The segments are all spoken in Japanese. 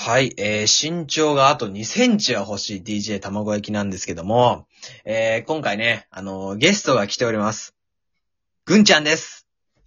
はい、身長があと2センチは欲しい DJ 卵焼きなんですけども、今回ね、ゲストが来ております。ぐんちゃんです。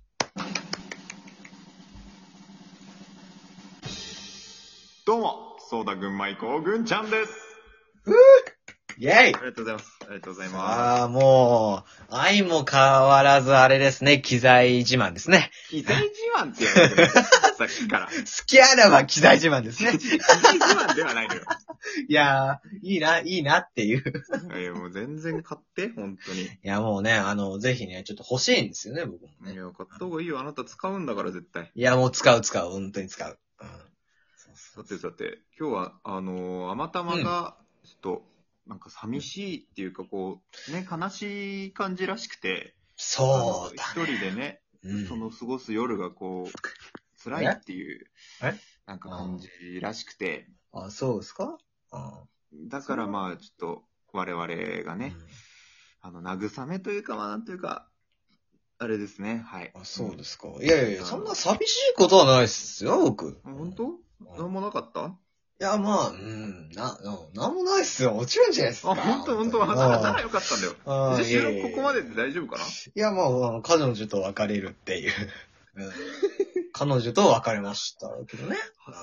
どうも、ソーダ群馬以降、ぐんちゃんです。 イェイありがとうございます。ありがとうございまもう、愛も変わらずあれですね、機材自慢ですね。 す。機材自慢って言われてるさっきから。 好きあらば機材自慢ですね。 機材自慢ではないのよ。 いやー、いいなっていう。 いや、もう全然買って、本当に。 いや、もうね、ぜひね、ちょっと欲しいんですよね、僕もね。 いや、買った方がいいよ。あなた使うんだから、絶対。 いや、もう使う、本当に使う。 さて、今日は、あまたまが、ちょっと、なんか寂しいっていうか、こう、ね、悲しい感じらしくて、 そうだ一人でね、 うんその過ごす夜がこう、辛いっていう、なんか感じらしくて、 あ、そうですかだからまあ、ちょっと、我々がね、慰めというか、まあ、なんというか、あれですね、はい。 あ、そうですか。いやいや、そんな寂しいことはないっすよ、僕。 本当？なんもなかった？ いや、まあ、なんもないっすよ。もちろんじゃないっすか。 本当ならよかったんだよ。じゃあ収録ここまでで大丈夫かな？ いや、まあ、彼女と別れるっていう。彼女と別れましたけどね。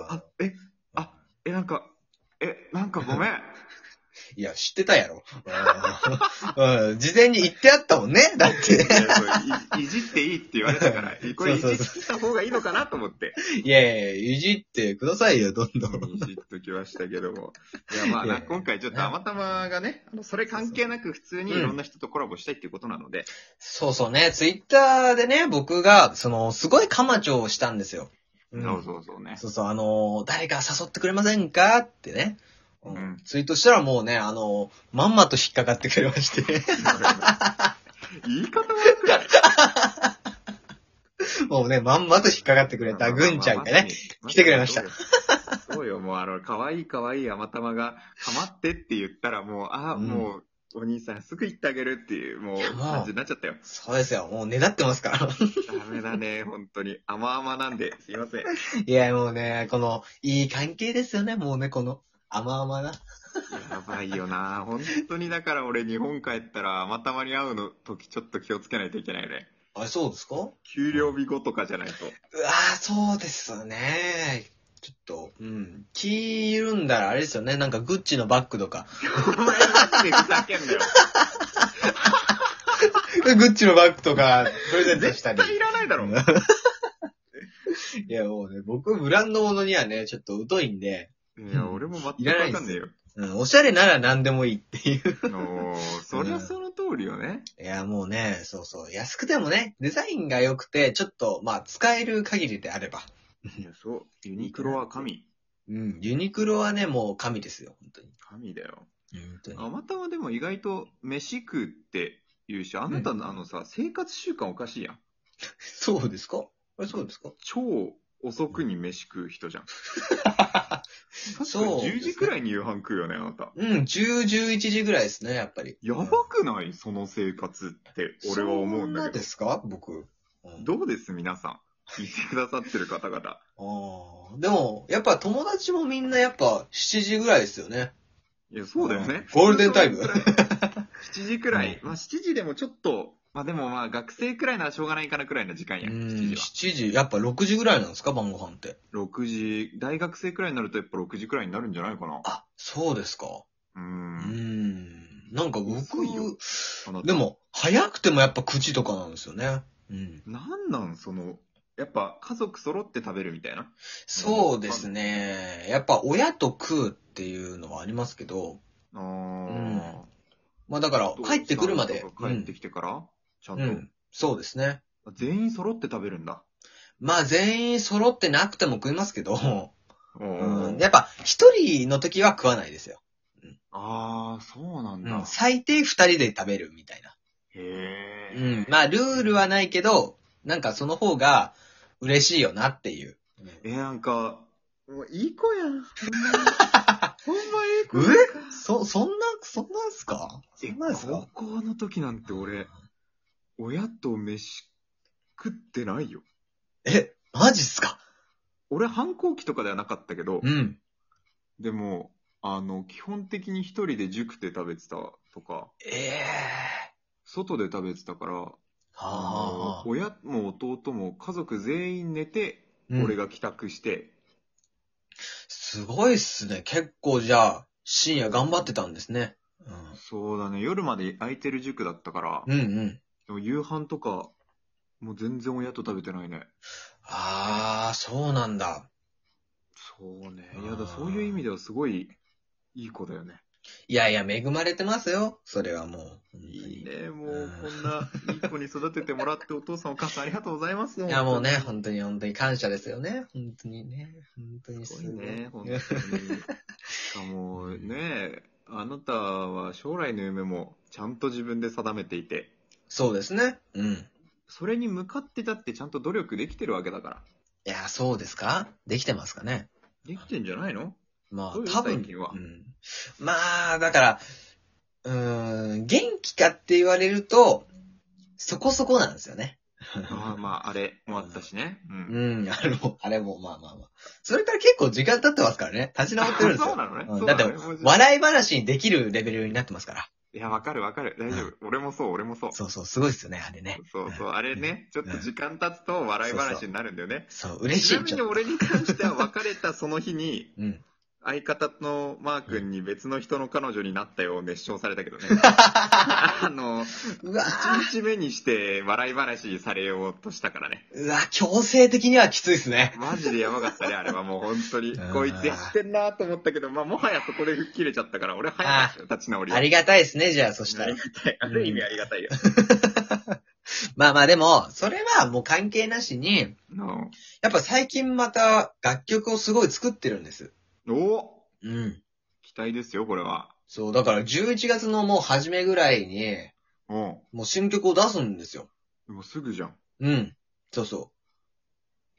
なんかごめん。 いや、知ってたやろ。事前に言ってあったもんね。だって。 いじっていいって言われたから、これいじった方がいいのかなと思って。 いやいや、いじってくださいよ、どんどん。 いじっときましたけども。いや、まあ今回ちょっとあまたまがね、それ関係なく普通にいろんな人とコラボしたいっていうことなので。 そうそうね、ツイッターでね、僕が、すごいカマチョをしたんですよ。 そうね。 そう、誰か誘ってくれませんかってね。ツイートしたらもうね、まんまと引っかかってくれまして。 言い方悪くない？ もうね、まんまと引っかかってくれたぐんちゃんがね、来てくれました。 そうよ、もうかわいいあまたまが、かまってって言ったらもう、もう、お兄さんすぐ行ってあげるっていう、もう、感じになっちゃったよ。 そうですよ、もうねだってますから。 ダメだね、本当に。甘なんで、すいません。 いや、もうね、いい関係ですよね、もうね、甘な。 やばいよな、本当に。だから俺日本帰ったら、またまに会うの時ちょっと気をつけないといけないね。 あ、そうですか？ 給料日後とかじゃないと。 うわぁ、そうですね。ちょっと、気緩んだらあれですよね。なんかグッチのバッグとか。 お前マジでふざけんなよ。 グッチのバッグとか、プレゼントしたり。 絶対いらないだろ。 いや、もうね、僕、ブランド物にはね、ちょっと疎いんで。 いや、俺も全くわかんねえよ。 おしゃれなら何でもいいっていう。 そりゃその通りよね。 いや、もうね、そう。安くてもね、デザインが良くて、ちょっと、まあ、使える限りであれば。 いや、そう。ユニクロは神。 ユニクロはね、もう神ですよ、本当に。 神だよ。 本当に。 あまたはでも意外と飯食うって言うし、あなたの生活習慣おかしいやん。 そうですか？そうですか？ 超遅くに飯食う人じゃん。 そう。 10時くらいに夕飯食うよね、あなた。 10、11時ぐらいですね、やっぱり。 やばくないその生活って、俺は思うんだけど。 そんなですか？僕。 どうです皆さん。聞いてくださってる方々。 でも、やっぱ友達もみんなやっぱ7時ぐらいですよね。 いや、そうだよね。 ゴールデンタイム。 7時くらい。まあ7時でもちょっと、まあでもまあ学生くらいならしょうがないかなくらいの時間や。7時は。 7時、やっぱ6時ぐらいなんですか晩ご飯って。 6時、大学生くらいになるとやっぱ6時くらいになるんじゃないかな。 あ、そうですか。なんか僕、でも、早くてもやっぱ9時とかなんですよね。 やっぱ家族揃って食べるみたいな。 そうですね。やっぱ親と食うっていうのはありますけど。まあだから、帰ってくるまで。 帰ってきてからちゃんと。 そうですね。 全員揃って食べるんだ。 まあ全員揃ってなくても食いますけど、やっぱ一人の時は食わないですよ。 そうなんだ。 最低二人で食べるみたいな。まあルールはないけど、なんかその方が嬉しいよなっていう。 なんか、もういい子やん。ほんまいい子。 そんなんすか？ 高校の時なんて俺、親と飯食ってないよ。 マジっすか？ 俺反抗期とかではなかったけど、 でも、基本的に一人で塾で食べてたとか、外で食べてたから、 はあ。 親も弟も家族全員寝て、 うん俺が帰宅して、 すごいっすね。結構じゃあ、深夜頑張ってたんですね。 そうだね、夜まで空いてる塾だったから、 うん。うんうん。 でも夕飯とか、もう全然親と食べてないね。 ああ、そうなんだ。 そうね。いやだ、そういう意味ではすごいいい子だよね。 いやいや、恵まれてますよ。それはもう。 いいね。もうこんないい子に育ててもらってお父さんお母さんありがとうございますよ。 いやもうね、本当に感謝ですよね。本当にね。本当にすごいね、本当に。しかもね、あなたは将来の夢もちゃんと自分で定めていて、 そうですね。うん。 それに向かってだってちゃんと努力できてるわけだから。 いや、そうですか？できてますかね？ できてんじゃないの？ まあ、 どういう多分、 最近は。 まあ、だから、元気かって言われると、そこそこなんですよね。 まあ、あれもあったしね。 あれも、まあまあまあ。それから結構時間経ってますからね。立ち直ってるんですよ。 そうなのね。 だって、笑い話にできるレベルになってますから。 いや、わかる。大丈夫。俺もそう。 そうそう、すごいっすよね、あれね。 そう、あれね、ちょっと時間経つと笑い話になるんだよね。 そう、嬉しい。 ちなみに俺に関しては別れたその日に、 うん。 相方のマー君に別の人の彼女になったよう熱唱されたけどね。 うわ 1日目にして笑い話されようとしたからね。 うわ、強制的にはきついっすね。 マジでやばかったね、あれはもう本当に。こいつやってんなと思ったけど、まあもはやそこで吹っ切れちゃったから、俺早かったよ、立ち直りは。 ありがたいですね、じゃあ、そしたら。 ありがたい。ある意味ありがたいよ。 まあまあでも、それはもう関係なしに、やっぱ最近また楽曲をすごい作ってるんです。 おうん。 期待ですよ、これは。 そう、だから11月のもう初めぐらいに、もう新曲を出すんですよ。 もうすぐじゃん。 うん。そうそう。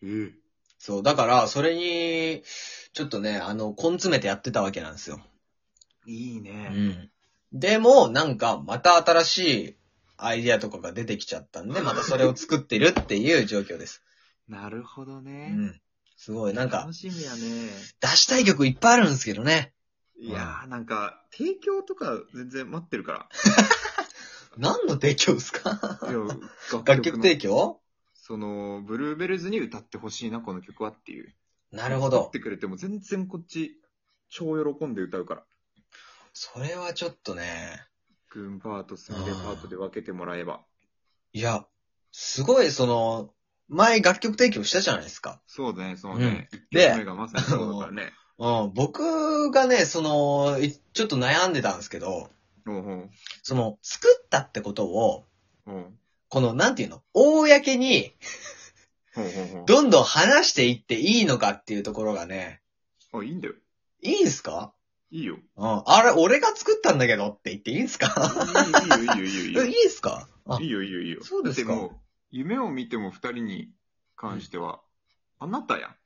ええ。 そう、だから、それに、ちょっとね、根詰めてやってたわけなんですよ。 いいね。 うん。でも、なんか、また新しいアイディアとかが出てきちゃったんで、またそれを作ってるっていう状況です。 なるほどね。 うん。すごい、なんか楽、しみやね。 出したい曲いっぱいあるんですけどね。 いやー、なんか、提供とか全然待ってるから。 何の提供ですか？ いや、 楽曲提供？ ブルーベルズに歌ってほしいな、この曲はっていう。 なるほど。 作ってくれても全然こっち、超喜んで歌うから。 それはちょっとね。 グーンパート、スミレパートで分けてもらえば。 いや、すごい、前楽曲提供したじゃないですか。 そうね。1曲目がまさにそうだからね。 僕がね、ちょっと悩んでたんですけど、作ったってことを、なんていうの？公に、どんどん話していっていいのかっていうところがね。 いいんだよ。 いいんすか？ いいよ。 あれ、俺が作ったんだけどって言っていいんすか？ いいよ。 いいんすか？ いいよ。 そうですか。 だってもう、夢を見ても二人に関しては、あなたやん。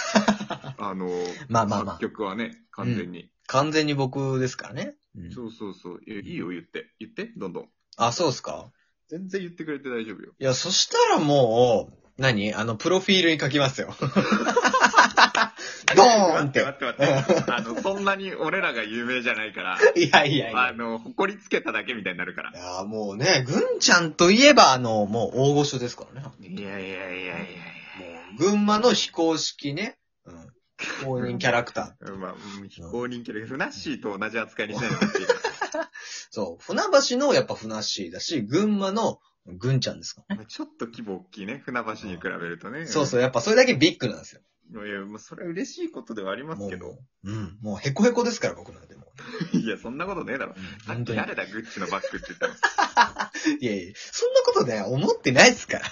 まあ。 作曲はね、完全に。 完全に僕ですからね。 そう。いいよ、言って、どんどん。 そうっすか？ 全然言ってくれて大丈夫よ。 いや、そしたらもう、プロフィールに書きますよ。ドーンって。 待って。そんなに俺らが有名じゃないから。 いや。 誇りつけただけみたいになるから。 いや、もうね、ぐんちゃんといえば、もう大御所ですからね。 いや。 もう、群馬の非公式ね。非公認キャラクター。非公認キャラクター。ふなっしーと同じ扱いにしないのって。 そう。船橋のやっぱふなっしーだし、群馬のぐんちゃんですからね。 ちょっと規模大きいね。船橋に比べるとね。 そう、やっぱそれだけビッグなんですよ。 いや、それは嬉しいことではありますけど。 もうヘコヘコですから、僕なんてもう。いや、そんなことねえだろ。さっき誰だ、グッチのバッグって言ったの。 いや、そんなことね、思ってないっすから。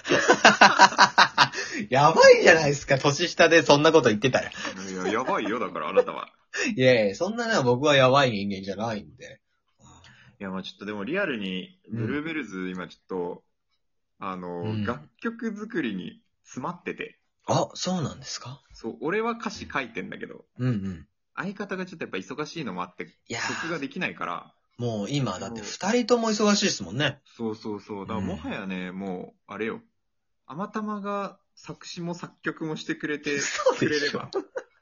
やばいじゃないですか、年下でそんなこと言ってたら。いや、やばいよ、だから、あなたは。 いや、そんなね、僕はやばい人間じゃないんで。 いや、ちょっとでもリアルに、ブルーベルズ、今ちょっと、楽曲作りに詰まってて。 そうなんですか？ そう、俺は歌詞書いてんだけど、相方がちょっとやっぱ忙しいのもあって、曲ができないから。 もう今、だって二人とも忙しいですもんね。 そう。だからもはやね、もう、あれよ。あまたまが作詞も作曲もしてくれれば。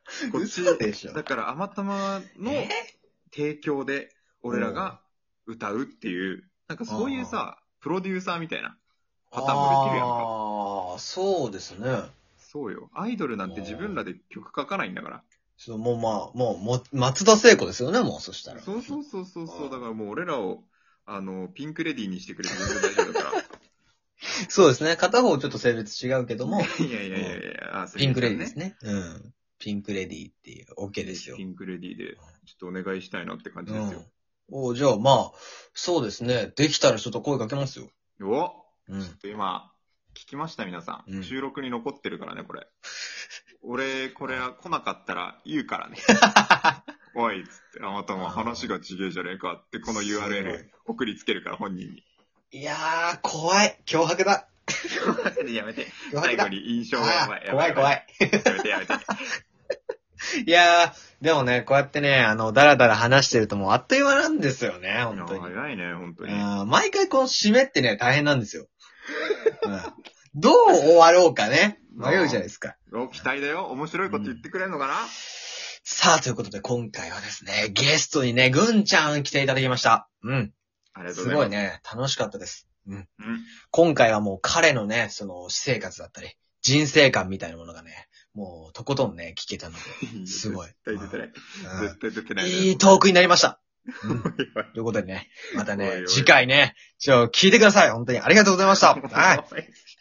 こっちでしょ。 だから甘玉の提供で俺らが歌うっていう、なんかそういうさ、プロデューサーみたいなパターンもできるやんか。 ああ、そうですね。 そうよ。アイドルなんて自分らで曲書かないんだから。 もう松田聖子ですよね、もう、そしたら。 そう。だからもう俺らを、ピンクレディーにしてくれて全然大丈夫だから。 そうですね。片方ちょっと性別違うけども。 いや、 ピンクレディーですね。うん。ピンクレディーっていう、OK ですよ。 ピンクレディーで、ちょっとお願いしたいなって感じですよ。 じゃあまあ、そうですね。できたらちょっと声かけますよ。 ちょっと今、聞きました皆さん。収録に残ってるからね、これ。俺、これは来なかったら言うからね。おいっつって、あまたも話が違えじゃねえかって、この URL 送りつけるから本人に。 いやー、怖い。脅迫だ。 やめて。最後に印象がやばい。 怖い。 やめて。 いやー、でもね、こうやってね、だらだら話してるともうあっという間なんですよね、本当に。 早いね、本当に。 毎回この締めってね、大変なんですよ。どう終わろうかね。迷うじゃないですか。 期待だよ。面白いこと言ってくれるのかな、 さあ、ということで今回はですね、ゲストにね、ぐんちゃん来ていただきました。 ありがとうございます。 すごいね、楽しかったです。今回はもう彼のね、その私生活だったり、人生観みたいなものがね、もうとことんね、聞けたので、すごい。 絶対出てない。 いいトークになりました。ということでね、またね、次回ね、聞いてください。本当にありがとうございました。はい。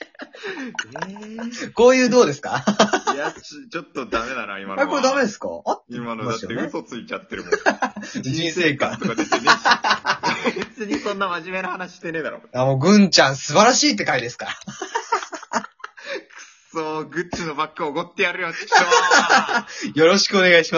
こういうどうですか？ いや、ちょっっとダメだな、今のは。 これダメですか？ 今のだって嘘ついちゃってるもん。 人生観とか出てねえし。別にそんな真面目な話してねえだろ。 もう、ぐんちゃん素晴らしいって回ですから。 くそー、グッチのバッグおごってやるよ、ちくしょー。 よろしくお願いします。